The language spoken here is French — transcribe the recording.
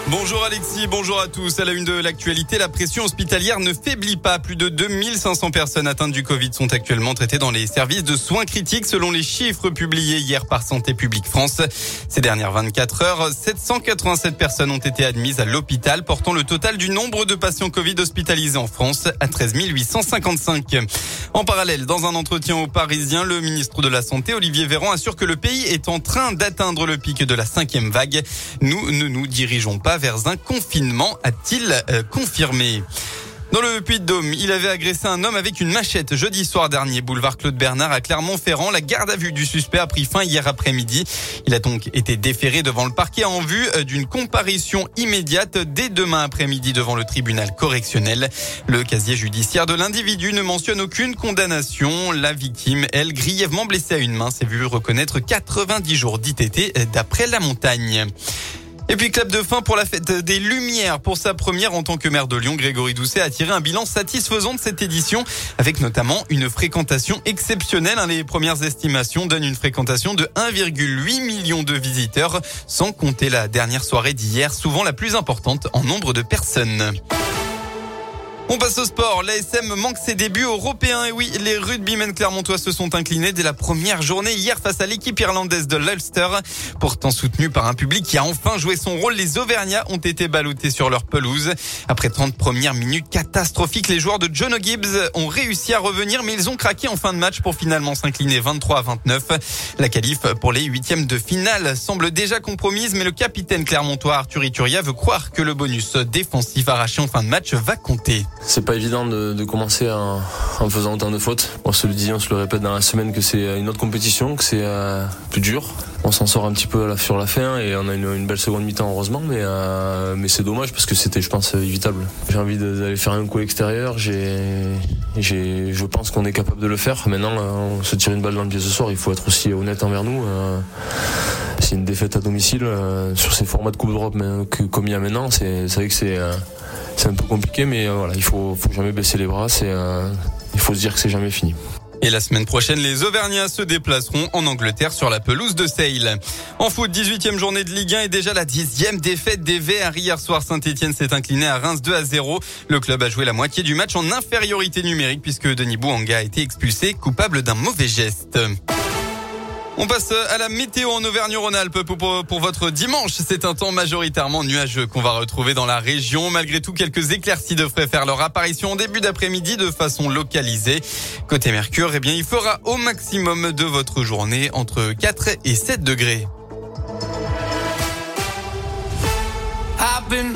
Bonjour Alexis, bonjour à tous. À la une de l'actualité, la pression hospitalière ne faiblit pas. Plus de 2500 personnes atteintes du Covid sont actuellement traitées dans les services de soins critiques selon les chiffres publiés hier par Santé publique France. Ces dernières 24 heures, 787 personnes ont été admises à l'hôpital, portant le total du nombre de patients Covid hospitalisés en France à 13 855. En parallèle, dans un entretien aux Parisiens, le ministre de la Santé, Olivier Véran, assure que le pays est en train d'atteindre le pic de la 5e vague. Nous ne nous dirigeons pas vers un confinement, a-t-il confirmé. Dans le Puy-de-Dôme, il avait agressé un homme avec une machette jeudi soir dernier, boulevard Claude Bernard à Clermont-Ferrand. La garde à vue du suspect a pris fin hier après-midi. Il a donc été déféré devant le parquet en vue d'une comparution immédiate dès demain après-midi devant le tribunal correctionnel. Le casier judiciaire de l'individu ne mentionne aucune condamnation. La victime, elle, grièvement blessée à une main, s'est vue reconnaître 90 jours d'ITT d'après La Montagne. Et puis clap de fin pour la fête des Lumières. Pour sa première en tant que maire de Lyon, Grégory Doucet a tiré un bilan satisfaisant de cette édition, avec notamment une fréquentation exceptionnelle. Les premières estimations donnent une fréquentation de 1,8 million de visiteurs, sans compter la dernière soirée d'hier, souvent la plus importante en nombre de personnes. On passe au sport. L'ASM manque ses débuts européens. Et oui, les rugbymen clermontois se sont inclinés dès la première journée hier face à l'équipe irlandaise de l'Ulster. Pourtant soutenue par un public qui a enfin joué son rôle, les Auvergnats ont été ballottés sur leur pelouse. Après 30 premières minutes catastrophiques, les joueurs de John O'Gibbs ont réussi à revenir, mais ils ont craqué en fin de match pour finalement s'incliner 23-29. La qualif pour les huitièmes de finale semble déjà compromise, mais le capitaine clermontois Arthur Ituria veut croire que le bonus défensif arraché en fin de match va compter. C'est pas évident de commencer en faisant autant de fautes. On se le dit, on se le répète dans la semaine que c'est une autre compétition, que c'est plus dur. On s'en sort un petit peu sur la fin et on a une belle seconde mi-temps heureusement, mais c'est dommage parce que c'était, je pense, évitable. J'ai envie d'aller faire un coup extérieur. Je pense qu'on est capable de le faire. Maintenant, on se tire une balle dans le pied ce soir. Il faut être aussi honnête envers nous. C'est une défaite à domicile sur ces formats de Coupe d'Europe comme il y a maintenant. C'est vrai que c'est un peu compliqué, mais voilà, il faut jamais baisser les bras. Il faut se dire que c'est jamais fini. Et la semaine prochaine, les Auvergnats se déplaceront en Angleterre sur la pelouse de Sale. En foot, 18e journée de Ligue 1 et déjà la 10e défaite des Verts. Hier soir, Saint-Etienne s'est incliné à Reims 2-0. Le club a joué la moitié du match en infériorité numérique puisque Denis Bouanga a été expulsé, coupable d'un mauvais geste. On passe à la météo en Auvergne-Rhône-Alpes pour votre dimanche. C'est un temps majoritairement nuageux qu'on va retrouver dans la région. Malgré tout, quelques éclaircies devraient faire leur apparition en début d'après-midi de façon localisée. Côté Mercure, il fera au maximum de votre journée entre 4 et 7 degrés. I've been